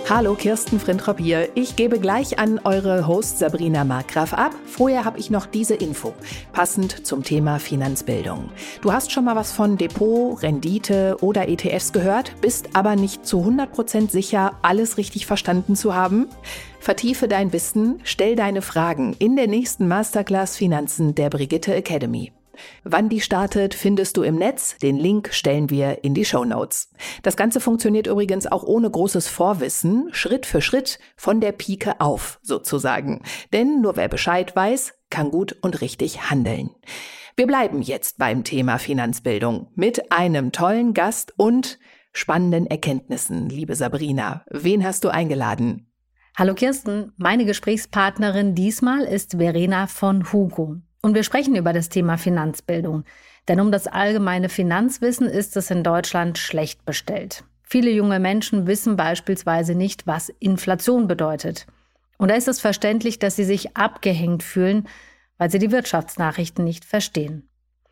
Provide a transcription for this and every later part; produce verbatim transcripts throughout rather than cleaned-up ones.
Hallo, Kirsten Frintrop hier. Ich gebe gleich an eure Host Sabrina Markgraf ab. Vorher habe ich noch diese Info, passend zum Thema Finanzbildung. Du hast schon mal was von Depot, Rendite oder E T Fs gehört, bist aber nicht zu hundert Prozent sicher, alles richtig verstanden zu haben? Vertiefe dein Wissen, stell deine Fragen in der nächsten Masterclass Finanzen der Brigitte Academy. Wann die startet, findest du im Netz. Den Link stellen wir in die Shownotes. Das Ganze funktioniert übrigens auch ohne großes Vorwissen, Schritt für Schritt, von der Pike auf, sozusagen. Denn nur wer Bescheid weiß, kann gut und richtig handeln. Wir bleiben jetzt beim Thema Finanzbildung mit einem tollen Gast und spannenden Erkenntnissen, liebe Sabrina. Wen hast du eingeladen? Hallo Kirsten, meine Gesprächspartnerin diesmal ist Verena von Hugo. Und wir sprechen über das Thema Finanzbildung. Denn um das allgemeine Finanzwissen ist es in Deutschland schlecht bestellt. Viele junge Menschen wissen beispielsweise nicht, was Inflation bedeutet. Und da ist es verständlich, dass sie sich abgehängt fühlen, weil sie die Wirtschaftsnachrichten nicht verstehen.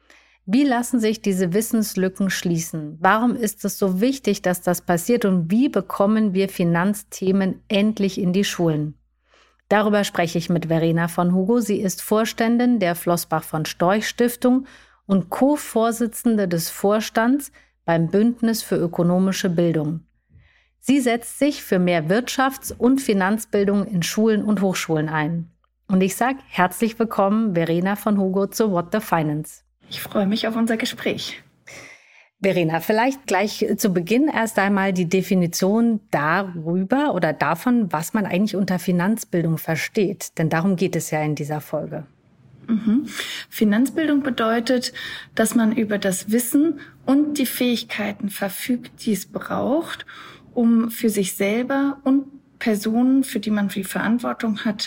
Wie lassen sich diese Wissenslücken schließen? Warum ist es so wichtig, dass das passiert? Und wie bekommen wir Finanzthemen endlich in die Schulen? Darüber spreche ich mit Verena von Hugo. Sie ist Vorständin der Flossbach von Storch Stiftung und Co-Vorsitzende des Vorstands beim Bündnis für ökonomische Bildung. Sie setzt sich für mehr Wirtschafts- und Finanzbildung in Schulen und Hochschulen ein. Und ich sage herzlich willkommen, Verena von Hugo, zu What the Finance. Ich freue mich auf unser Gespräch. Verena, vielleicht gleich zu Beginn erst einmal die Definition darüber oder davon, was man eigentlich unter Finanzbildung versteht. Denn darum geht es ja in dieser Folge. Mhm. Finanzbildung bedeutet, dass man über das Wissen und die Fähigkeiten verfügt, die es braucht, um für sich selber und Personen, für die man viel Verantwortung hat,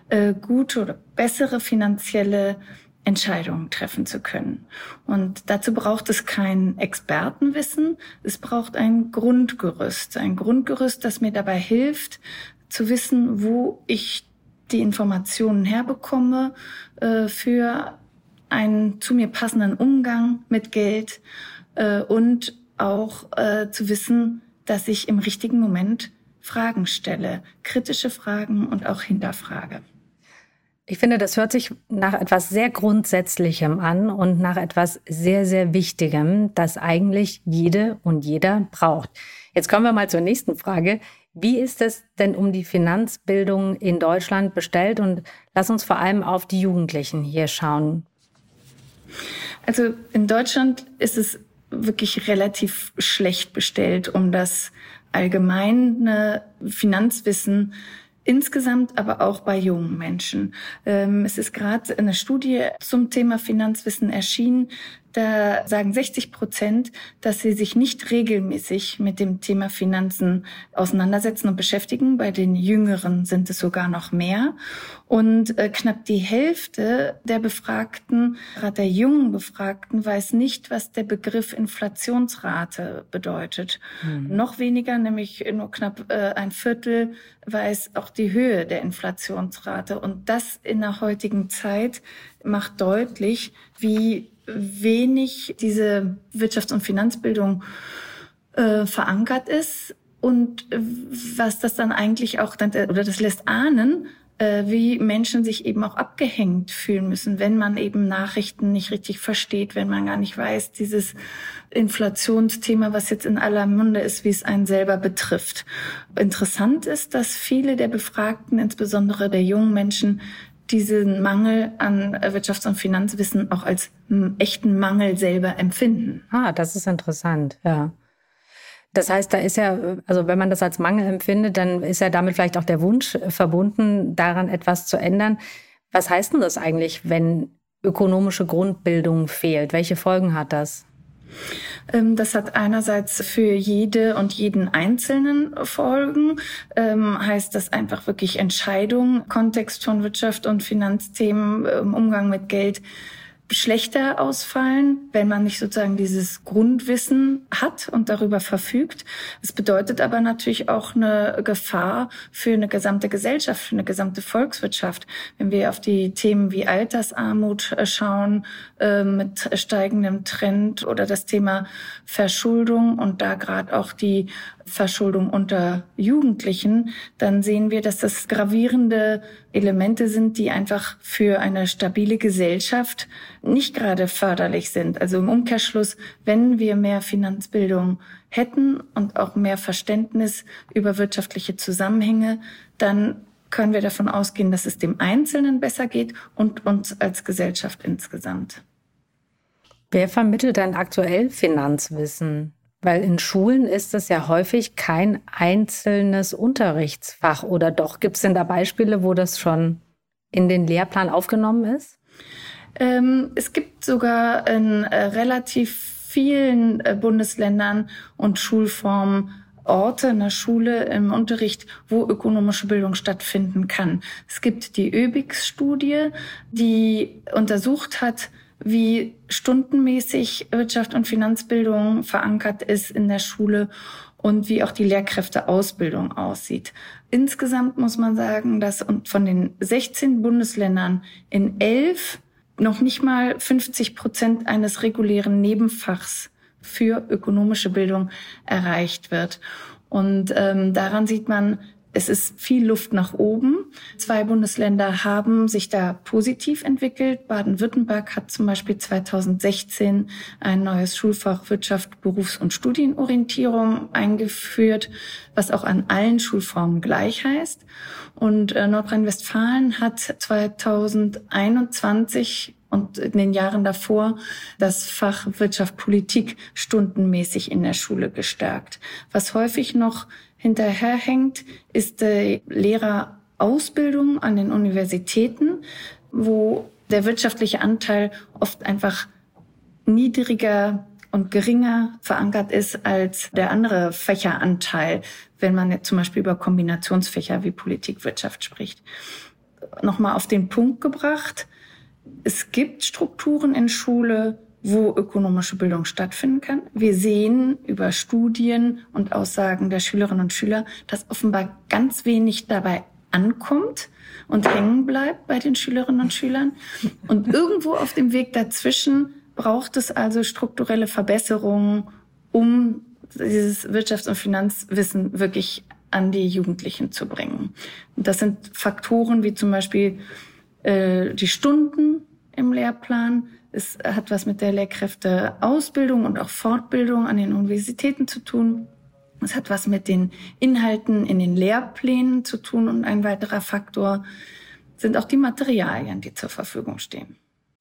gute oder bessere finanzielle Entscheidungen treffen zu können. Und dazu braucht es kein Expertenwissen, es braucht ein Grundgerüst. Ein Grundgerüst, das mir dabei hilft, zu wissen, wo ich die Informationen herbekomme äh, für einen zu mir passenden Umgang mit Geld äh, und auch äh, zu wissen, dass ich im richtigen Moment Fragen stelle, kritische Fragen und auch hinterfrage. Ich finde, das hört sich nach etwas sehr Grundsätzlichem an und nach etwas sehr, sehr Wichtigem, das eigentlich jede und jeder braucht. Jetzt kommen wir mal zur nächsten Frage. Wie ist es denn um die Finanzbildung in Deutschland bestellt? Und lass uns vor allem auf die Jugendlichen hier schauen. Also in Deutschland ist es wirklich relativ schlecht bestellt um das allgemeine Finanzwissen insgesamt, aber auch bei jungen Menschen. Ähm, es ist gerade eine Studie zum Thema Finanzwissen erschienen. Da sagen sechzig Prozent, dass sie sich nicht regelmäßig mit dem Thema Finanzen auseinandersetzen und beschäftigen. Bei den Jüngeren sind es sogar noch mehr. Und äh, knapp die Hälfte der Befragten, gerade der jungen Befragten, weiß nicht, was der Begriff Inflationsrate bedeutet. Mhm. Noch weniger, nämlich nur knapp äh, ein Viertel, weiß auch die Höhe der Inflationsrate. Und das in der heutigen Zeit macht deutlich, wie wenig diese Wirtschafts- und Finanzbildung äh, verankert ist und äh, was das dann eigentlich auch, dann, oder das lässt ahnen, äh, wie Menschen sich eben auch abgehängt fühlen müssen, wenn man eben Nachrichten nicht richtig versteht, wenn man gar nicht weiß, dieses Inflationsthema, was jetzt in aller Munde ist, wie es einen selber betrifft. Interessant ist, dass viele der Befragten, insbesondere der jungen Menschen, diesen Mangel an Wirtschafts- und Finanzwissen auch als echten Mangel selber empfinden. Ah, das ist interessant, ja. Das heißt, da ist ja, also wenn man das als Mangel empfindet, dann ist ja damit vielleicht auch der Wunsch verbunden, daran etwas zu ändern. Was heißt denn das eigentlich, wenn ökonomische Grundbildung fehlt? Welche Folgen hat das? Das hat einerseits für jede und jeden Einzelnen Folgen, ähm, heißt das einfach wirklich Entscheidungen, Kontext von Wirtschaft und Finanzthemen, im Umgang mit Geld schlechter ausfallen, wenn man nicht sozusagen dieses Grundwissen hat und darüber verfügt. Es bedeutet aber natürlich auch eine Gefahr für eine gesamte Gesellschaft, für eine gesamte Volkswirtschaft. Wenn wir auf die Themen wie Altersarmut schauen, äh, mit steigendem Trend oder das Thema Verschuldung und da gerade auch die Verschuldung unter Jugendlichen, dann sehen wir, dass das gravierende Elemente sind, die einfach für eine stabile Gesellschaft nicht gerade förderlich sind. Also im Umkehrschluss, wenn wir mehr Finanzbildung hätten und auch mehr Verständnis über wirtschaftliche Zusammenhänge, dann können wir davon ausgehen, dass es dem Einzelnen besser geht und uns als Gesellschaft insgesamt. Wer vermittelt denn aktuell Finanzwissen? Weil in Schulen ist es ja häufig kein einzelnes Unterrichtsfach. Oder doch, gibt es denn da Beispiele, wo das schon in den Lehrplan aufgenommen ist? Ähm, es gibt sogar in äh, relativ vielen äh, Bundesländern und Schulformen Orte in der Schule im Unterricht, wo ökonomische Bildung stattfinden kann. Es gibt die ÖBIX-Studie, die untersucht hat, wie stundenmäßig Wirtschaft und Finanzbildung verankert ist in der Schule und wie auch die Lehrkräfteausbildung aussieht. Insgesamt muss man sagen, dass von den sechzehn Bundesländern in elf noch nicht mal fünfzig Prozent eines regulären Nebenfachs für ökonomische Bildung erreicht wird. Und ähm, daran sieht man, es ist viel Luft nach oben. Zwei Bundesländer haben sich da positiv entwickelt. Baden-Württemberg hat zum Beispiel zweitausendsechzehn ein neues Schulfach Wirtschaft, Berufs- und Studienorientierung eingeführt, was auch an allen Schulformen gleich heißt. Und äh, Nordrhein-Westfalen hat zweitausendeinundzwanzig und in den Jahren davor das Fach Wirtschaft, Politik stundenmäßig in der Schule gestärkt. Was häufig noch hinterherhängt, ist die Lehrerausbildung an den Universitäten, wo der wirtschaftliche Anteil oft einfach niedriger und geringer verankert ist als der andere Fächeranteil, wenn man jetzt zum Beispiel über Kombinationsfächer wie Politik, Wirtschaft spricht. Nochmal auf den Punkt gebracht: Es gibt Strukturen in Schule, wo ökonomische Bildung stattfinden kann. Wir sehen über Studien und Aussagen der Schülerinnen und Schüler, dass offenbar ganz wenig dabei ankommt und hängen bleibt bei den Schülerinnen und Schülern. Und irgendwo auf dem Weg dazwischen braucht es also strukturelle Verbesserungen, um dieses Wirtschafts- und Finanzwissen wirklich an die Jugendlichen zu bringen. Und das sind Faktoren wie zum Beispiel äh, die Stunden im Lehrplan. Es hat was mit der Lehrkräfteausbildung und auch Fortbildung an den Universitäten zu tun. Es hat was mit den Inhalten in den Lehrplänen zu tun. Und ein weiterer Faktor sind auch die Materialien, die zur Verfügung stehen.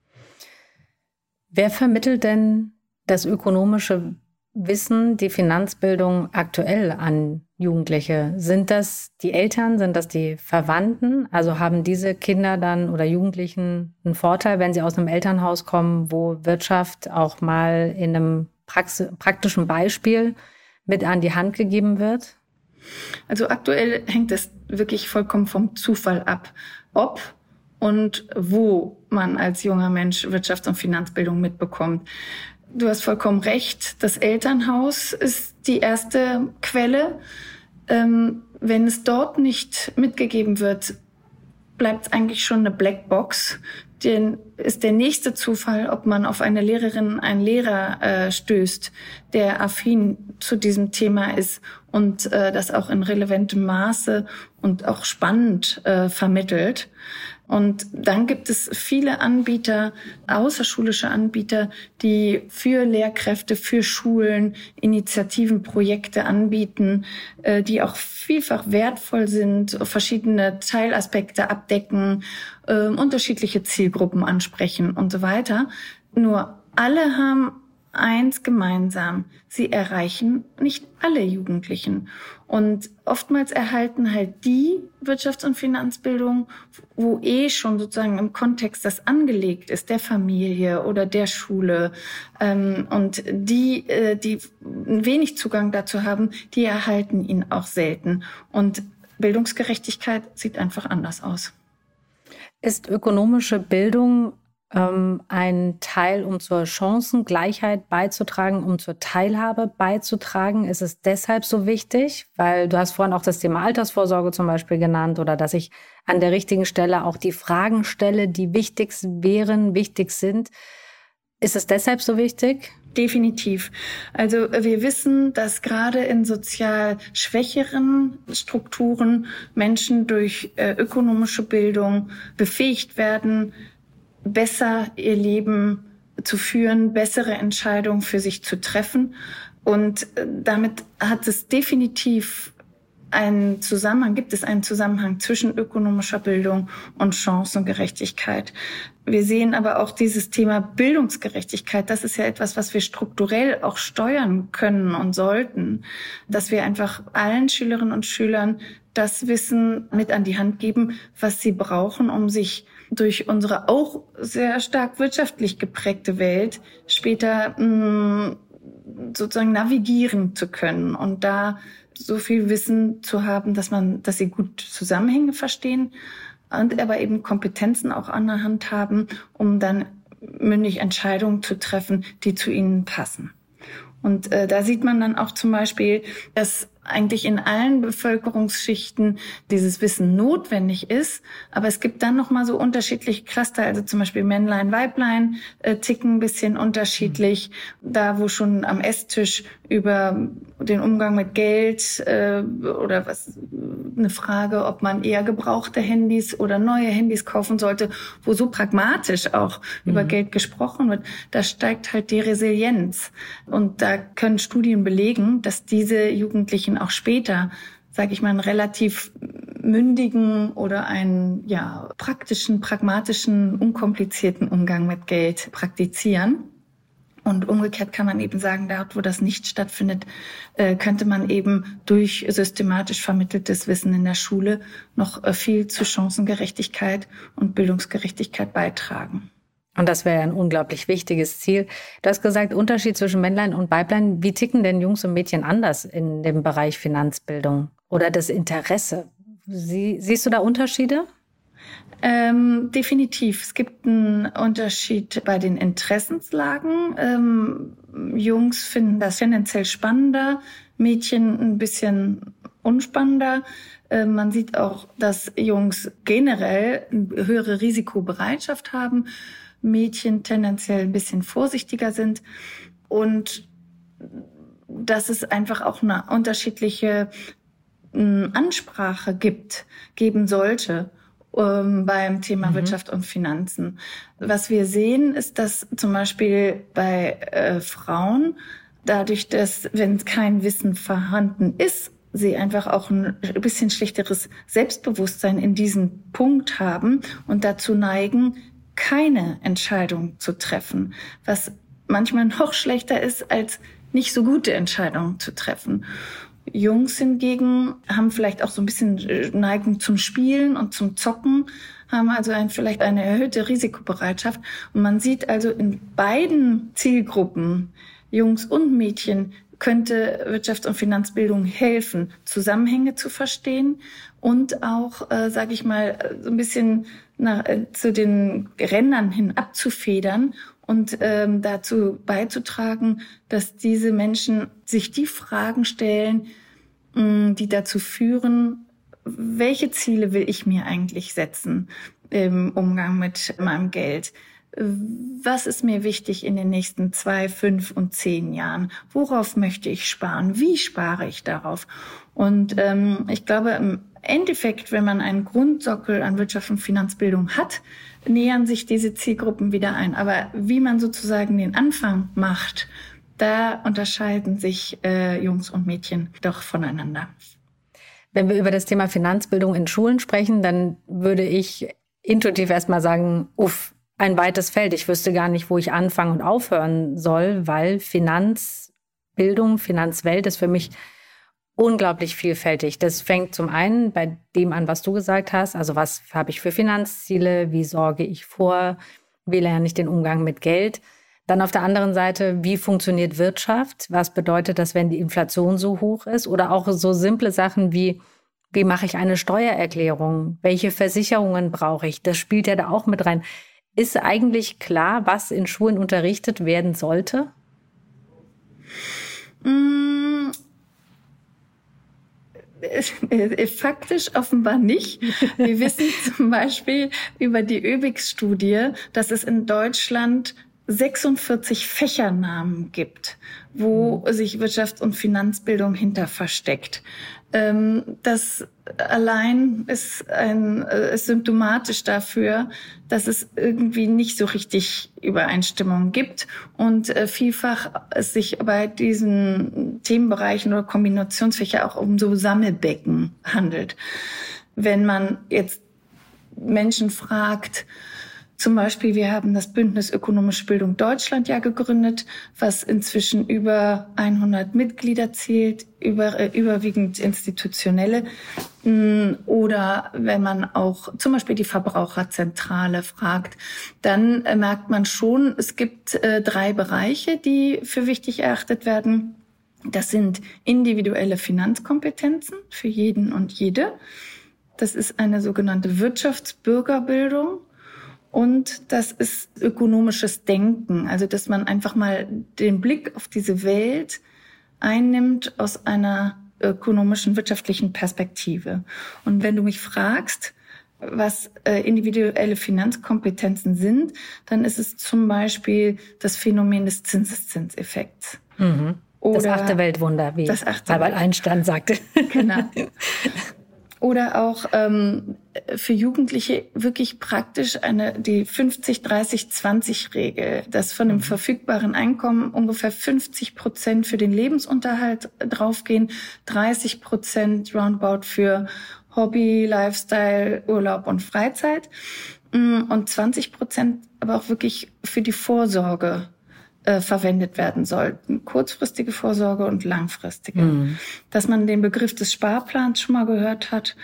Wer vermittelt denn das ökonomische Wissen, die Finanzbildung aktuell an Jugendliche? Sind das die Eltern, sind das die Verwandten? Also haben diese Kinder dann oder Jugendlichen einen Vorteil, wenn sie aus einem Elternhaus kommen, wo Wirtschaft auch mal in einem Prax- praktischen Beispiel mit an die Hand gegeben wird? Also aktuell hängt es wirklich vollkommen vom Zufall ab, ob und wo man als junger Mensch Wirtschafts- und Finanzbildung mitbekommt. Du hast vollkommen recht, das Elternhaus ist die erste Quelle. Ähm, wenn es dort nicht mitgegeben wird, bleibt es eigentlich schon eine Blackbox. Denn ist der nächste Zufall, ob man auf eine Lehrerin, einen Lehrer äh, stößt, der affin zu diesem Thema ist und äh, das auch in relevantem Maße und auch spannend äh, vermittelt. Und dann gibt es viele Anbieter, außerschulische Anbieter, die für Lehrkräfte, für Schulen Initiativen, Projekte anbieten, die auch vielfach wertvoll sind, verschiedene Teilaspekte abdecken, unterschiedliche Zielgruppen ansprechen und so weiter. Nur alle haben eins gemeinsam: Sie erreichen nicht alle Jugendlichen. Und oftmals erhalten halt die Wirtschafts- und Finanzbildung, wo eh schon sozusagen im Kontext das angelegt ist, der Familie oder der Schule. Ähm, und die, äh, die wenig Zugang dazu haben, die erhalten ihn auch selten. Und Bildungsgerechtigkeit sieht einfach anders aus. Ist ökonomische Bildung ein Teil, um zur Chancengleichheit beizutragen, um zur Teilhabe beizutragen? Ist es deshalb so wichtig? Weil du hast vorhin auch das Thema Altersvorsorge zum Beispiel genannt, oder dass ich an der richtigen Stelle auch die Fragen stelle, die wichtig wären, wichtig sind. Ist es deshalb so wichtig? Definitiv. Also wir wissen, dass gerade in sozial schwächeren Strukturen Menschen durch äh, ökonomische Bildung befähigt werden, besser ihr Leben zu führen, bessere Entscheidungen für sich zu treffen. Und äh, damit hat es definitiv einen Zusammenhang, gibt es einen Zusammenhang zwischen ökonomischer Bildung und Chancengerechtigkeit. Wir sehen aber auch dieses Thema Bildungsgerechtigkeit. Das ist ja etwas, was wir strukturell auch steuern können und sollten, dass wir einfach allen Schülerinnen und Schülern das Wissen mit an die Hand geben, was sie brauchen, um sich durch unsere auch sehr stark wirtschaftlich geprägte Welt später mh, sozusagen navigieren zu können und da so viel Wissen zu haben, dass man, dass sie gut Zusammenhänge verstehen und aber eben Kompetenzen auch an der Hand haben, um dann mündig Entscheidungen zu treffen, die zu ihnen passen. Und äh, da sieht man dann auch zum Beispiel, dass eigentlich in allen Bevölkerungsschichten dieses Wissen notwendig ist. Aber es gibt dann noch mal so unterschiedliche Cluster, also zum Beispiel Männlein, Weiblein äh, ticken ein bisschen unterschiedlich. Mhm. Da, wo schon am Esstisch über den Umgang mit Geld äh, oder was eine Frage, ob man eher gebrauchte Handys oder neue Handys kaufen sollte, wo so pragmatisch auch mhm. über Geld gesprochen wird, da steigt halt die Resilienz. Und da können Studien belegen, dass diese Jugendlichen auch später, sage ich mal, einen relativ mündigen oder einen ja praktischen, pragmatischen, unkomplizierten Umgang mit Geld praktizieren. Und umgekehrt kann man eben sagen, dort, wo das nicht stattfindet, könnte man eben durch systematisch vermitteltes Wissen in der Schule noch viel zu Chancengerechtigkeit und Bildungsgerechtigkeit beitragen. Und das wäre ein unglaublich wichtiges Ziel. Du hast gesagt, Unterschied zwischen Männlein und Weiblein. Wie ticken denn Jungs und Mädchen anders in dem Bereich Finanzbildung oder das Interesse? Sie, siehst du da Unterschiede? Ähm, definitiv. Es gibt einen Unterschied bei den Interessenslagen. Ähm, Jungs finden das tendenziell spannender, Mädchen ein bisschen unspannender. Äh, man sieht auch, dass Jungs generell eine höhere Risikobereitschaft haben, Mädchen tendenziell ein bisschen vorsichtiger sind und dass es einfach auch eine unterschiedliche äh, Ansprache gibt, geben sollte ähm, beim Thema mhm. Wirtschaft und Finanzen. Was wir sehen, ist, dass zum Beispiel bei äh, Frauen dadurch, dass, wenn kein Wissen vorhanden ist, sie einfach auch ein bisschen schlechteres Selbstbewusstsein in diesem Punkt haben und dazu neigen, keine Entscheidung zu treffen, was manchmal noch schlechter ist, als nicht so gute Entscheidungen zu treffen. Jungs hingegen haben vielleicht auch so ein bisschen Neigung zum Spielen und zum Zocken, haben also ein, vielleicht eine erhöhte Risikobereitschaft. Und man sieht also in beiden Zielgruppen, Jungs und Mädchen, könnte Wirtschafts- und Finanzbildung helfen, Zusammenhänge zu verstehen und auch, äh, sage ich mal, so ein bisschen nach, äh, zu den Rändern hin abzufedern und ähm, dazu beizutragen, dass diese Menschen sich die Fragen stellen, mh, die dazu führen, welche Ziele will ich mir eigentlich setzen im Umgang mit meinem Geld? Was ist mir wichtig in den nächsten zwei, fünf und zehn Jahren? Worauf möchte ich sparen? Wie spare ich darauf? Und ähm, ich glaube, im Endeffekt, wenn man einen Grundsockel an Wirtschaft und Finanzbildung hat, nähern sich diese Zielgruppen wieder ein. Aber wie man sozusagen den Anfang macht, da unterscheiden sich äh, Jungs und Mädchen doch voneinander. Wenn wir über das Thema Finanzbildung in Schulen sprechen, dann würde ich intuitiv erstmal sagen, uff, ein weites Feld. Ich wüsste gar nicht, wo ich anfangen und aufhören soll, weil Finanzbildung, Finanzwelt ist für mich unglaublich vielfältig. Das fängt zum einen bei dem an, was du gesagt hast. Also was habe ich für Finanzziele? Wie sorge ich vor? Wie lerne ich den Umgang mit Geld? Dann auf der anderen Seite, wie funktioniert Wirtschaft? Was bedeutet das, wenn die Inflation so hoch ist? Oder auch so simple Sachen wie, wie mache ich eine Steuererklärung? Welche Versicherungen brauche ich? Das spielt ja da auch mit rein. Ist eigentlich klar, was in Schulen unterrichtet werden sollte? Mmh, faktisch offenbar nicht. Wir wissen zum Beispiel über die ÖBIX-Studie, dass es in Deutschland sechsundvierzig Fächernamen gibt, wo sich Wirtschafts- und Finanzbildung hinter versteckt. Das allein ist, ein, ist symptomatisch dafür, dass es irgendwie nicht so richtig Übereinstimmung gibt und vielfach es sich bei diesen Themenbereichen oder Kombinationsfächer auch um so Sammelbecken handelt. Wenn man jetzt Menschen fragt, zum Beispiel, wir haben das Bündnis Ökonomische Bildung Deutschland ja gegründet, was inzwischen über hundert Mitglieder zählt, über, äh, überwiegend institutionelle. Oder wenn man auch zum Beispiel die Verbraucherzentrale fragt, dann äh, merkt man schon, es gibt äh, drei Bereiche, die für wichtig erachtet werden. Das sind individuelle Finanzkompetenzen für jeden und jede. Das ist eine sogenannte Wirtschaftsbürgerbildung. Und das ist ökonomisches Denken, also dass man einfach mal den Blick auf diese Welt einnimmt aus einer ökonomischen, wirtschaftlichen Perspektive. Und wenn du mich fragst, was äh, individuelle Finanzkompetenzen sind, dann ist es zum Beispiel das Phänomen des Zinseszinseffekts. Mhm. Das achte Weltwunder, wie Albert Einstein sagte. Genau. Oder auch ähm, für Jugendliche wirklich praktisch eine die fünfzig dreißig zwanzig Regel, dass von dem verfügbaren Einkommen ungefähr fünfzig Prozent für den Lebensunterhalt draufgehen, dreißig Prozent roundabout für Hobby, Lifestyle, Urlaub und Freizeit und zwanzig Prozent aber auch wirklich für die Vorsorge äh, verwendet werden sollten. Kurzfristige Vorsorge und langfristige. Mhm. Dass man den Begriff des Sparplans schon mal gehört hat.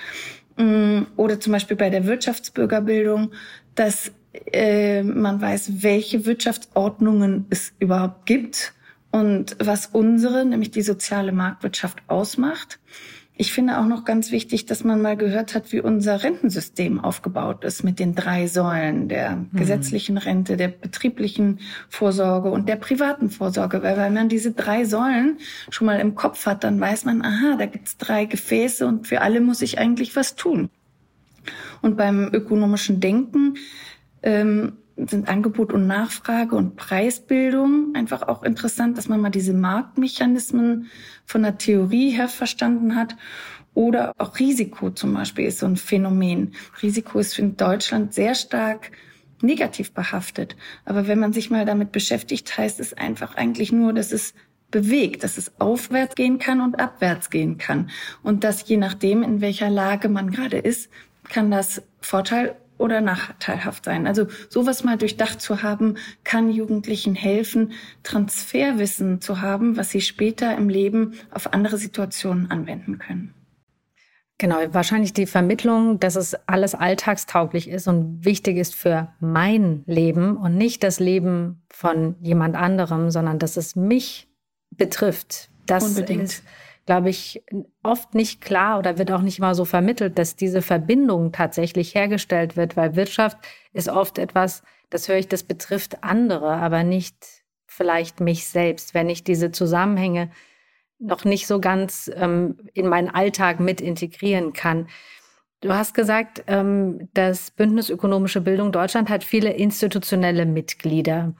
Oder zum Beispiel bei der Wirtschaftsbürgerbildung, dass äh, man weiß, welche Wirtschaftsordnungen es überhaupt gibt und was unsere, nämlich die soziale Marktwirtschaft, ausmacht. Ich finde auch noch ganz wichtig, dass man mal gehört hat, wie unser Rentensystem aufgebaut ist mit den drei Säulen der mhm. gesetzlichen Rente, der betrieblichen Vorsorge und der privaten Vorsorge. Weil wenn man diese drei Säulen schon mal im Kopf hat, dann weiß man, aha, da gibt's drei Gefäße und für alle muss ich eigentlich was tun. Und beim ökonomischen Denken ähm, sind Angebot und Nachfrage und Preisbildung einfach auch interessant, dass man mal diese Marktmechanismen von der Theorie her verstanden hat. Oder auch Risiko zum Beispiel ist so ein Phänomen. Risiko ist in Deutschland sehr stark negativ behaftet. Aber wenn man sich mal damit beschäftigt, heißt es einfach eigentlich nur, dass es bewegt, dass es aufwärts gehen kann und abwärts gehen kann. Und dass je nachdem, in welcher Lage man gerade ist, kann das Vorteil oder nachteilhaft sein. Also sowas mal durchdacht zu haben, kann Jugendlichen helfen, Transferwissen zu haben, was sie später im Leben auf andere Situationen anwenden können. Genau, wahrscheinlich die Vermittlung, dass es alles alltagstauglich ist und wichtig ist für mein Leben und nicht das Leben von jemand anderem, sondern dass es mich betrifft. Das Unbedingt. Ist, glaube ich, oft nicht klar oder wird auch nicht mal so vermittelt, dass diese Verbindung tatsächlich hergestellt wird, weil Wirtschaft ist oft etwas, das höre ich, das betrifft andere, aber nicht vielleicht mich selbst, wenn ich diese Zusammenhänge noch nicht so ganz ähm, in meinen Alltag mit integrieren kann. Du hast gesagt, ähm, das Bündnis Ökonomische Bildung Deutschland hat viele institutionelle Mitglieder.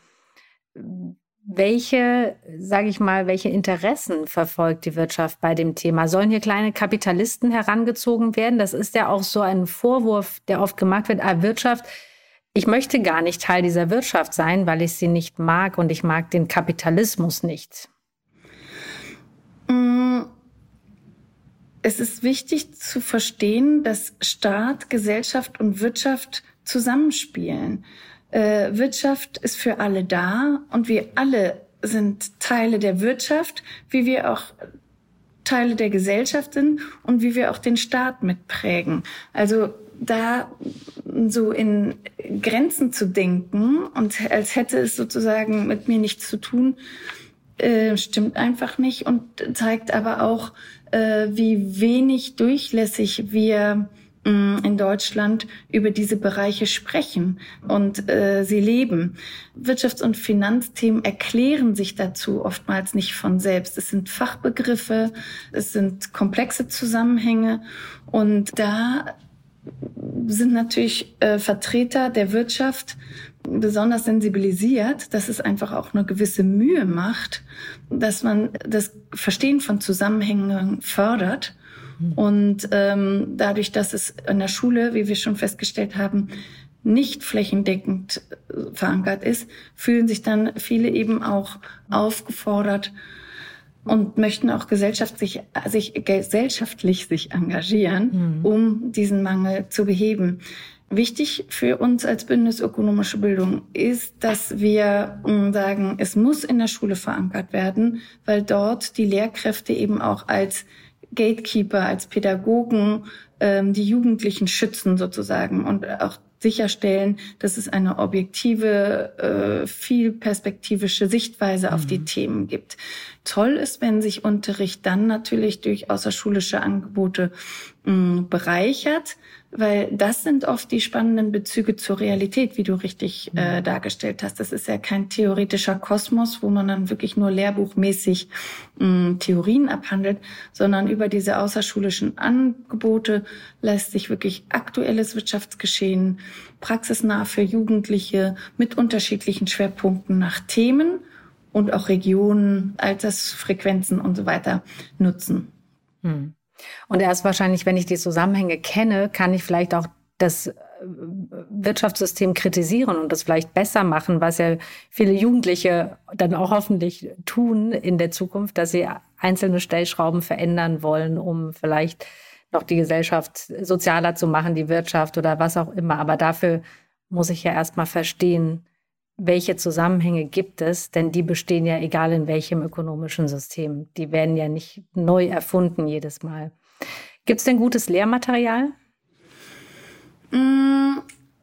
Welche, sage ich mal, welche Interessen verfolgt die Wirtschaft bei dem Thema? Sollen hier kleine Kapitalisten herangezogen werden? Das ist ja auch so ein Vorwurf, der oft gemacht wird. Ah, Wirtschaft, ich möchte gar nicht Teil dieser Wirtschaft sein, weil ich sie nicht mag und ich mag den Kapitalismus nicht. Es ist wichtig zu verstehen, dass Staat, Gesellschaft und Wirtschaft zusammenspielen. Äh, Wirtschaft ist für alle da und wir alle sind Teile der Wirtschaft, wie wir auch Teile der Gesellschaft sind und wie wir auch den Staat mitprägen. Also da so in Grenzen zu denken und als hätte es sozusagen mit mir nichts zu tun, äh, stimmt einfach nicht und zeigt aber auch, äh, wie wenig durchlässig wir in Deutschland über diese Bereiche sprechen und äh, sie leben. Wirtschafts- und Finanzthemen erklären sich dazu oftmals nicht von selbst. Es sind Fachbegriffe, es sind komplexe Zusammenhänge und da sind natürlich äh, Vertreter der Wirtschaft besonders sensibilisiert, dass es einfach auch eine gewisse Mühe macht, dass man das Verstehen von Zusammenhängen fördert. Mhm. Und ähm, dadurch, dass es in der Schule, wie wir schon festgestellt haben, nicht flächendeckend verankert ist, fühlen sich dann viele eben auch aufgefordert und möchten auch gesellschaftlich sich, gesellschaftlich sich engagieren, mhm. um diesen Mangel zu beheben. Wichtig für uns als Bündnis Ökonomische Bildung ist, dass wir sagen, es muss in der Schule verankert werden, weil dort die Lehrkräfte eben auch als Gatekeeper, als Pädagogen ähm, die Jugendlichen schützen sozusagen und auch sicherstellen, dass es eine objektive, äh, vielperspektivische Sichtweise auf mhm. die Themen gibt. Toll ist, wenn sich Unterricht dann natürlich durch außerschulische Angebote mh, bereichert, weil das sind oft die spannenden Bezüge zur Realität, wie du richtig äh, dargestellt hast. Das ist ja kein theoretischer Kosmos, wo man dann wirklich nur lehrbuchmäßig mh, Theorien abhandelt, sondern über diese außerschulischen Angebote lässt sich wirklich aktuelles Wirtschaftsgeschehen, praxisnah für Jugendliche mit unterschiedlichen Schwerpunkten nach Themen und auch Regionen, Altersfrequenzen und so weiter nutzen. Hm. Und erst wahrscheinlich, wenn ich die Zusammenhänge kenne, kann ich vielleicht auch das Wirtschaftssystem kritisieren und das vielleicht besser machen, was ja viele Jugendliche dann auch hoffentlich tun in der Zukunft, dass sie einzelne Stellschrauben verändern wollen, um vielleicht noch die Gesellschaft sozialer zu machen, die Wirtschaft oder was auch immer. Aber dafür muss ich ja erstmal verstehen, welche Zusammenhänge gibt es, denn die bestehen ja egal in welchem ökonomischen System. Die werden ja nicht neu erfunden jedes Mal. Gibt es denn gutes Lehrmaterial? Die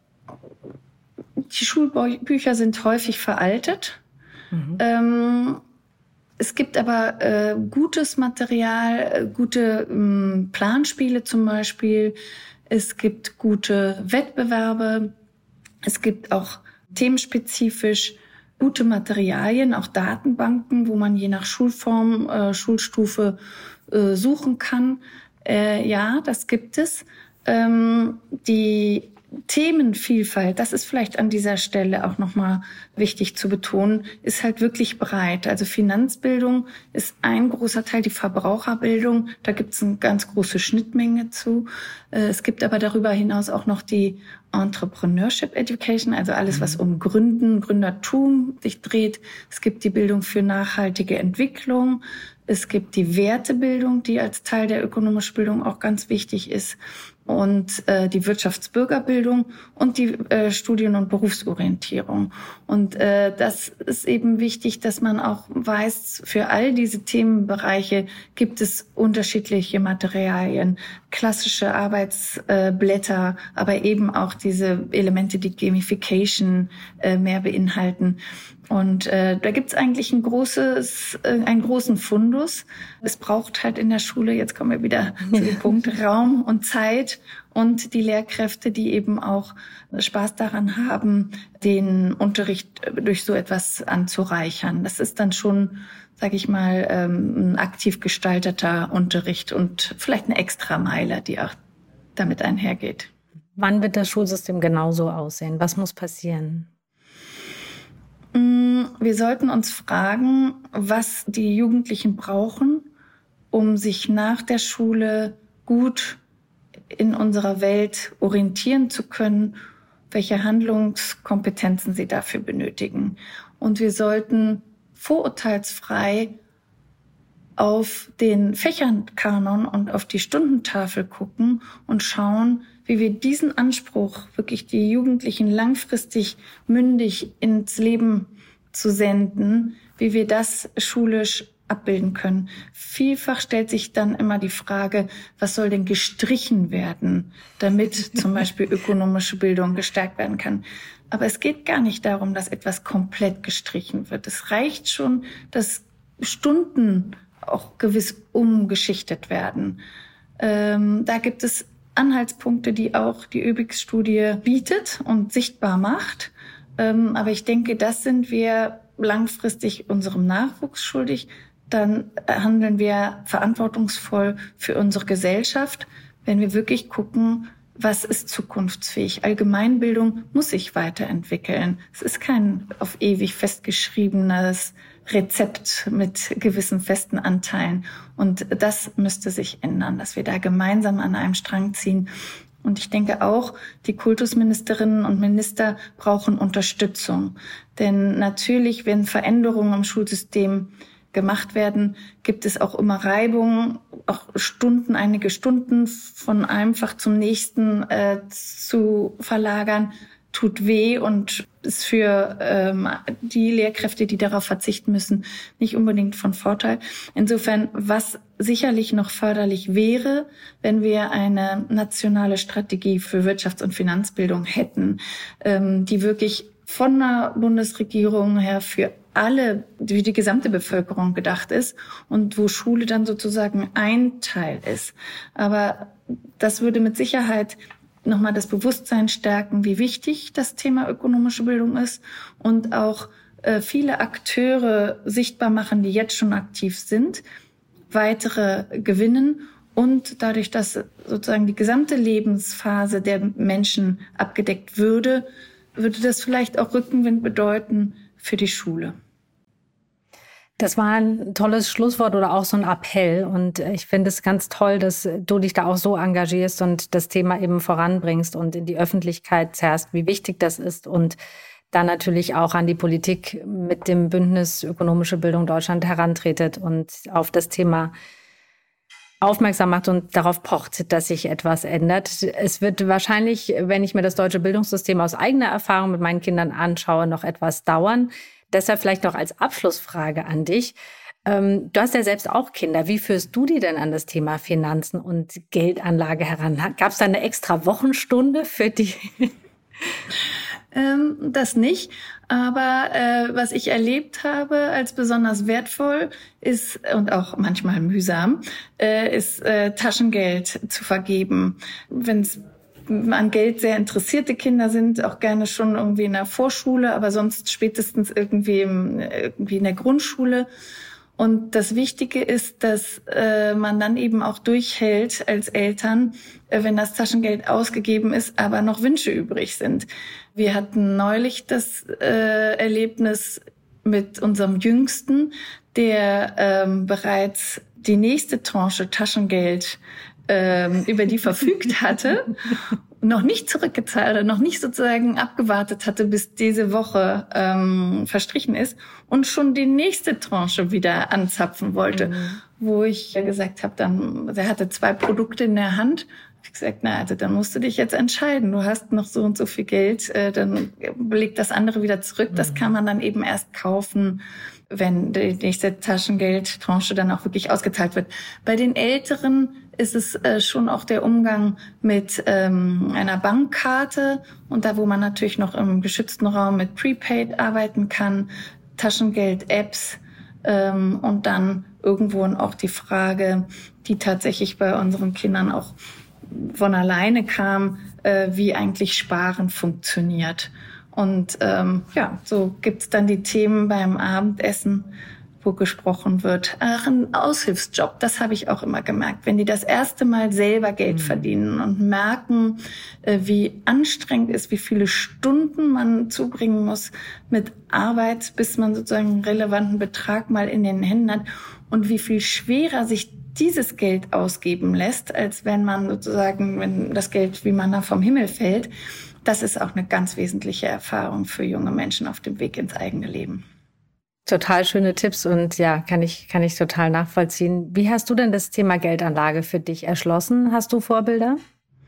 Schulbücher sind häufig veraltet. Mhm. Ähm, es gibt aber äh, gutes Material, gute ähm, Planspiele zum Beispiel. Es gibt gute Wettbewerbe. Es gibt auch themenspezifisch gute Materialien, auch Datenbanken, wo man je nach Schulform, äh, Schulstufe äh, suchen kann. Äh, ja, das gibt es. Ähm, die Themenvielfalt, das ist vielleicht an dieser Stelle auch nochmal wichtig zu betonen, ist halt wirklich breit. Also Finanzbildung ist ein großer Teil, die Verbraucherbildung, da gibt es eine ganz große Schnittmenge zu. Es gibt aber darüber hinaus auch noch die Entrepreneurship Education, also alles, was um Gründen, Gründertum sich dreht. Es gibt die Bildung für nachhaltige Entwicklung. Es gibt die Wertebildung, die als Teil der ökonomischen Bildung auch ganz wichtig ist. Und äh, die Wirtschaftsbürgerbildung und die äh, Studien- und Berufsorientierung. Und äh, das ist eben wichtig, dass man auch weiß, für all diese Themenbereiche gibt es unterschiedliche Materialien, klassische Arbeitsblätter, äh, aber eben auch diese Elemente, die Gamification äh, mehr beinhalten. Und äh, da gibt's eigentlich ein großes, äh, einen großen Fundus. Es braucht halt in der Schule, jetzt kommen wir wieder zu dem Punkt, Raum und Zeit und die Lehrkräfte, die eben auch Spaß daran haben, den Unterricht durch so etwas anzureichern. Das ist dann schon, sage ich mal, ähm, ein aktiv gestalteter Unterricht und vielleicht eine Extrameile, die auch damit einhergeht. Wann wird das Schulsystem genauso aussehen? Was muss passieren? Wir sollten uns fragen, was die Jugendlichen brauchen, um sich nach der Schule gut in unserer Welt orientieren zu können, welche Handlungskompetenzen sie dafür benötigen. Und wir sollten vorurteilsfrei auf den Fächerkanon und auf die Stundentafel gucken und schauen, wie wir diesen Anspruch, wirklich die Jugendlichen langfristig mündig ins Leben zu senden, wie wir das schulisch abbilden können. Vielfach stellt sich dann immer die Frage, was soll denn gestrichen werden, damit zum Beispiel ökonomische Bildung gestärkt werden kann. Aber es geht gar nicht darum, dass etwas komplett gestrichen wird. Es reicht schon, dass Stunden auch gewiss umgeschichtet werden. Ähm, da gibt es Anhaltspunkte, die auch die ÖBIX-Studie bietet und sichtbar macht. Ähm, aber ich denke, das sind wir langfristig unserem Nachwuchs schuldig. Dann handeln wir verantwortungsvoll für unsere Gesellschaft, wenn wir wirklich gucken, was ist zukunftsfähig. Allgemeinbildung muss sich weiterentwickeln. Es ist kein auf ewig festgeschriebenes Rezept mit gewissen festen Anteilen. Und das müsste sich ändern, dass wir da gemeinsam an einem Strang ziehen. Und ich denke auch, die Kultusministerinnen und Minister brauchen Unterstützung. Denn natürlich, wenn Veränderungen im Schulsystem gemacht werden, gibt es auch immer Reibungen, auch Stunden, einige Stunden von einem Fach zum nächsten äh, zu verlagern, tut weh und ist für ähm, die Lehrkräfte, die darauf verzichten müssen, nicht unbedingt von Vorteil. Insofern, was sicherlich noch förderlich wäre, wenn wir eine nationale Strategie für Wirtschafts- und Finanzbildung hätten, ähm, die wirklich von der Bundesregierung her für alle, wie die gesamte Bevölkerung gedacht ist und wo Schule dann sozusagen ein Teil ist. Aber das würde mit Sicherheit nochmal das Bewusstsein stärken, wie wichtig das Thema ökonomische Bildung ist und auch äh, viele Akteure sichtbar machen, die jetzt schon aktiv sind, weitere gewinnen und dadurch, dass sozusagen die gesamte Lebensphase der Menschen abgedeckt würde, würde das vielleicht auch Rückenwind bedeuten für die Schule. Das war ein tolles Schlusswort oder auch so ein Appell. Und ich finde es ganz toll, dass du dich da auch so engagierst und das Thema eben voranbringst und in die Öffentlichkeit zerrst, wie wichtig das ist. Und dann natürlich auch an die Politik mit dem Bündnis Ökonomische Bildung Deutschland herantretet und auf das Thema aufmerksam macht und darauf pocht, dass sich etwas ändert. Es wird wahrscheinlich, wenn ich mir das deutsche Bildungssystem aus eigener Erfahrung mit meinen Kindern anschaue, noch etwas dauern. Deshalb vielleicht noch als Abschlussfrage an dich. Ähm, du hast ja selbst auch Kinder. Wie führst du die denn an das Thema Finanzen und Geldanlage heran? Gab es da eine extra Wochenstunde für die? ähm, das nicht. Aber äh, was ich erlebt habe als besonders wertvoll ist, und auch manchmal mühsam, äh, ist äh, Taschengeld zu vergeben. Wenn es an Geld sehr interessierte Kinder sind, auch gerne schon irgendwie in der Vorschule, aber sonst spätestens irgendwie, im, irgendwie in der Grundschule. Und das Wichtige ist, dass äh, man dann eben auch durchhält als Eltern, äh, wenn das Taschengeld ausgegeben ist, aber noch Wünsche übrig sind. Wir hatten neulich das äh, Erlebnis mit unserem Jüngsten, der ähm, bereits die nächste Tranche Taschengeld ähm, über die verfügt hatte, noch nicht zurückgezahlt oder noch nicht sozusagen abgewartet hatte, bis diese Woche ähm, verstrichen ist und schon die nächste Tranche wieder anzapfen wollte. Mhm. Wo ich gesagt habe, dann, er hatte zwei Produkte in der Hand. Ich habe gesagt, na, also dann musst du dich jetzt entscheiden. Du hast noch so und so viel Geld, äh, dann leg das andere wieder zurück. Mhm. Das kann man dann eben erst kaufen, wenn die nächste Taschengeldtranche dann auch wirklich ausgezahlt wird. Bei den Älteren ist es äh, schon auch der Umgang mit ähm, einer Bankkarte und da, wo man natürlich noch im geschützten Raum mit Prepaid arbeiten kann, Taschengeld-Apps ähm, und dann irgendwo auch die Frage, die tatsächlich bei unseren Kindern auch von alleine kam, äh, wie eigentlich Sparen funktioniert. Und ähm, ja, so gibt's dann die Themen beim Abendessen, wo gesprochen wird. Ach, ein Aushilfsjob, das habe ich auch immer gemerkt. Wenn die das erste Mal selber Geld mhm. verdienen und merken, äh, wie anstrengend ist, wie viele Stunden man zubringen muss mit Arbeit, bis man sozusagen einen relevanten Betrag mal in den Händen hat und wie viel schwerer sich dieses Geld ausgeben lässt, als wenn man sozusagen, wenn das Geld, wie man da vom Himmel fällt. Das ist auch eine ganz wesentliche Erfahrung für junge Menschen auf dem Weg ins eigene Leben. Total schöne Tipps und ja, kann ich, kann ich total nachvollziehen. Wie hast du denn das Thema Geldanlage für dich erschlossen? Hast du Vorbilder?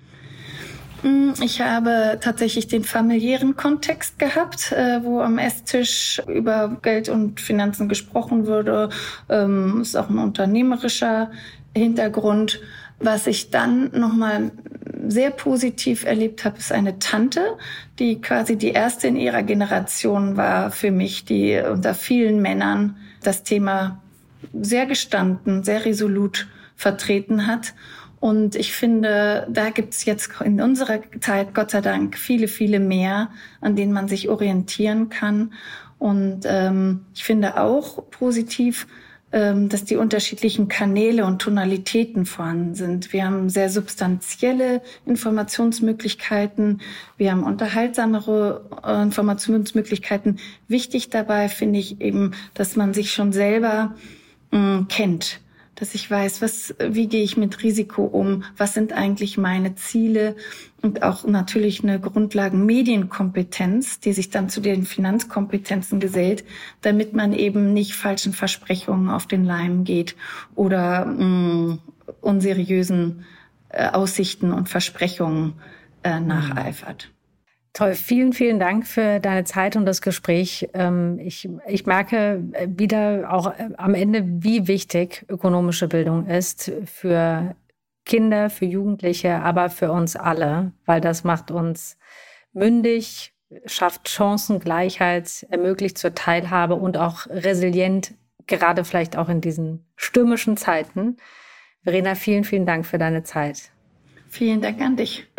Ich habe tatsächlich den familiären Kontext gehabt, wo am Esstisch über Geld und Finanzen gesprochen wurde. Das ist auch ein unternehmerischer Hintergrund. Was ich dann nochmal sehr positiv erlebt habe, ist eine Tante, die quasi die erste in ihrer Generation war für mich, die unter vielen Männern das Thema sehr gestanden, sehr resolut vertreten hat. Und ich finde, da gibt's jetzt in unserer Zeit, Gott sei Dank, viele, viele mehr, an denen man sich orientieren kann. Und ähm, ich finde auch positiv, dass die unterschiedlichen Kanäle und Tonalitäten vorhanden sind. Wir haben sehr substanzielle Informationsmöglichkeiten, wir haben unterhaltsamere Informationsmöglichkeiten. Wichtig dabei finde ich eben, dass man sich schon selber mh, kennt, dass ich weiß, was, wie gehe ich mit Risiko um, was sind eigentlich meine Ziele und auch natürlich eine Grundlagen-Medienkompetenz, die sich dann zu den Finanzkompetenzen gesellt, damit man eben nicht falschen Versprechungen auf den Leim geht oder mh, unseriösen äh, Aussichten und Versprechungen äh, nacheifert. Toll, vielen, vielen Dank für deine Zeit und das Gespräch. Ich, ich merke wieder auch am Ende, wie wichtig ökonomische Bildung ist für Kinder, für Jugendliche, aber für uns alle, weil das macht uns mündig, schafft Chancengleichheit, ermöglicht zur Teilhabe und auch resilient, gerade vielleicht auch in diesen stürmischen Zeiten. Verena, vielen, vielen Dank für deine Zeit. Vielen Dank an dich.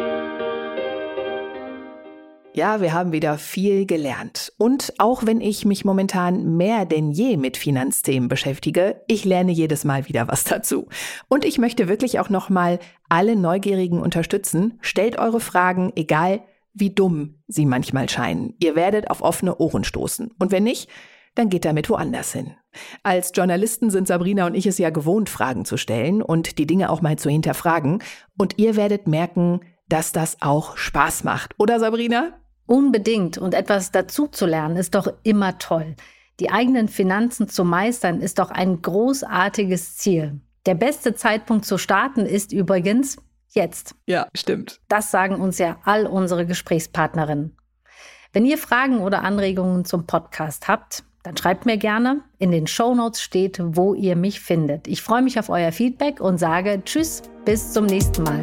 Ja, wir haben wieder viel gelernt. Und auch wenn ich mich momentan mehr denn je mit Finanzthemen beschäftige, ich lerne jedes Mal wieder was dazu. Und ich möchte wirklich auch nochmal alle Neugierigen unterstützen. Stellt eure Fragen, egal wie dumm sie manchmal scheinen. Ihr werdet auf offene Ohren stoßen. Und wenn nicht, dann geht damit woanders hin. Als Journalisten sind Sabrina und ich es ja gewohnt, Fragen zu stellen und die Dinge auch mal zu hinterfragen. Und ihr werdet merken, dass das auch Spaß macht. Oder Sabrina? Unbedingt. Und etwas dazu zu lernen ist doch immer toll. Die eigenen Finanzen zu meistern ist doch ein großartiges Ziel. Der beste Zeitpunkt zu starten ist übrigens jetzt. Ja, stimmt. Das sagen uns ja all unsere Gesprächspartnerinnen. Wenn ihr Fragen oder Anregungen zum Podcast habt, dann schreibt mir gerne. In den Shownotes steht, wo ihr mich findet. Ich freue mich auf euer Feedback und sage Tschüss, bis zum nächsten Mal.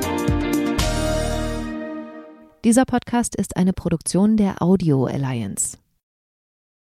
Dieser Podcast ist eine Produktion der Audio Alliance.